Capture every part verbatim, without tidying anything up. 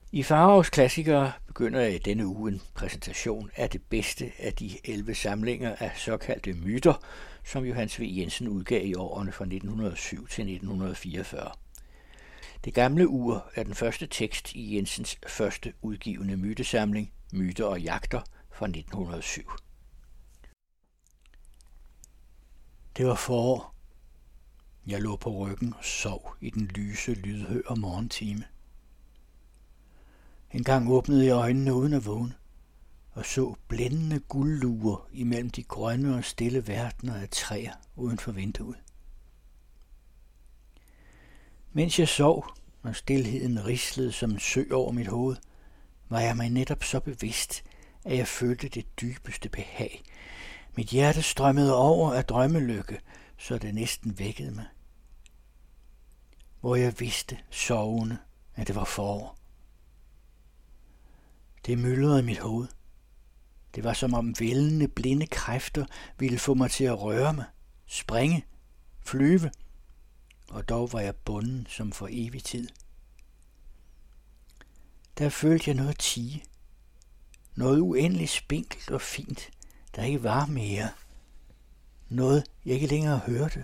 I Faraos Klassikere begynder jeg i denne uge en præsentation af det bedste af de elleve samlinger af såkaldte myter, som Johannes V. Jensen udgav i årene fra nitten hundrede og syv til nitten fireogfyrre. Det gamle ur er den første tekst i Jensens første udgivende mytesamling, Myter og Jagter fra nitten hundrede og syv. Det var forår. Jeg lå på ryggen og sov i den lyse, lydhøre morgentime. En gang åbnede jeg øjnene uden at vågne, og så blændende guldluer imellem de grønne og stille verdener af træer uden for vinduet. Mens jeg sov, og stilheden rislede som en sø over mit hoved, var jeg mig netop så bevidst, at jeg følte det dybeste behag. Mit hjerte strømmede over af drømmelykke, så det næsten vækkede mig. Hvor jeg vidste, sovende, at det var forår. Det myldrede i mit hoved. Det var som om vældende, blinde kræfter ville få mig til at røre mig, springe, flyve, og dog var jeg bunden som for evig tid. Der følte jeg noget tie, noget uendeligt spinkelt og fint, der ikke var mere, noget jeg ikke længere hørte.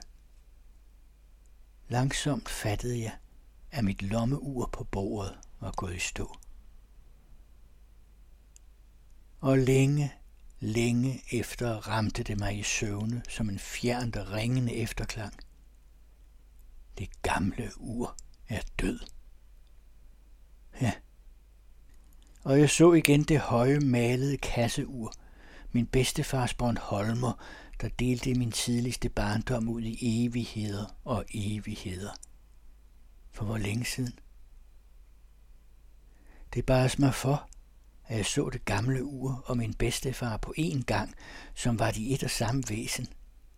Langsomt fattede jeg, at mit lommeur på bordet var gået i stå. Og længe, længe efter ramte det mig i søvne som en fjernt og ringende efterklang. Det gamle ur er død. Ja. Og jeg så igen det høje, malede kasseur, min bedstefars Bornholmer, der delte min tidligste barndom ud i evigheder og evigheder. For hvor længe siden? Det bares mig for, at jeg så det gamle ur og min bedstefar på én gang, som var de et og samme væsen.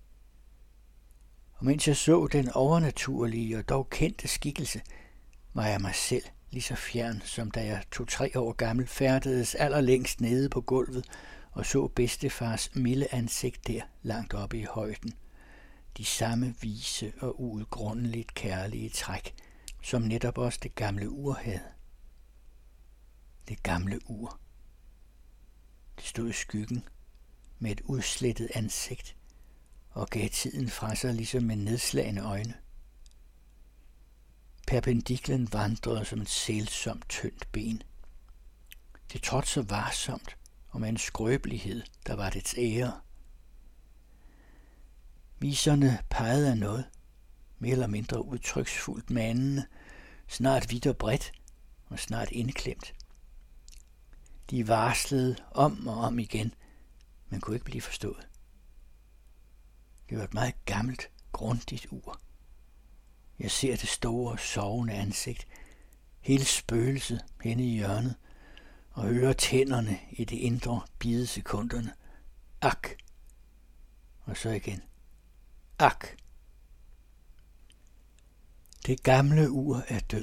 Og mens jeg så den overnaturlige og dog kendte skikkelse, var jeg mig selv lige så fjern, som da jeg to-tre år gammel færdedes allerlængst nede på gulvet og så bedstefars milde ansigt der langt oppe i højden. De samme vise og uudgrundeligt kærlige træk, som netop også det gamle ur havde. Det gamle ur. Det stod i skyggen med et udslettet ansigt og gav tiden fra sig ligesom med nedslagende øjne. Perpendiklen vandrede som et sælsomt tyndt ben. Det trådte så varsomt og med en skrøbelighed, der var dets ære. Viserne pegede af noget, mere eller mindre udtryksfuldt manende, snart vidt og bredt og snart indklemt. De varslede om og om igen, men kunne ikke blive forstået. Det var et meget gammelt, grundigt ur. Jeg ser det store, sovende ansigt, hele spøgelset henne i hjørnet, og hører tænderne i det indre bide sekunderne. Ak! Og så igen. Ak! Det gamle ur er død.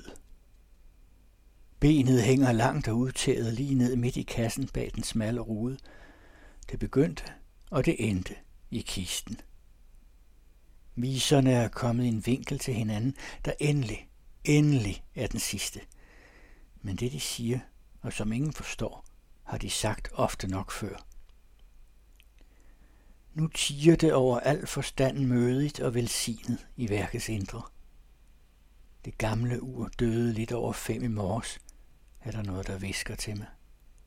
Benet hænger langt og udtæret lige ned midt i kassen bag den smalle rude. Det begyndte, og det endte i kisten. Viserne er kommet i en vinkel til hinanden, der endelig, endelig er den sidste. Men det de siger, og som ingen forstår, har de sagt ofte nok før. Nu tiger det over al forstand mødigt og velsignet i værkets indre. Det gamle ur døde lidt over fem i morges, er der noget, der hvisker til mig.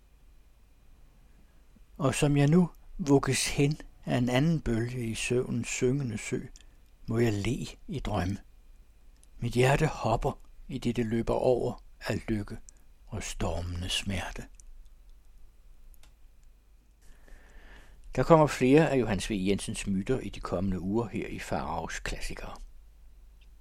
Og som jeg nu vugges hen af en anden bølge i søvnens syngende sø, må jeg le i drømme. Mit hjerte hopper, i det det løber over af lykke og stormende smerte. Der kommer flere af Johannes V. Jensens myter i de kommende uger her i Faraos Klassikere.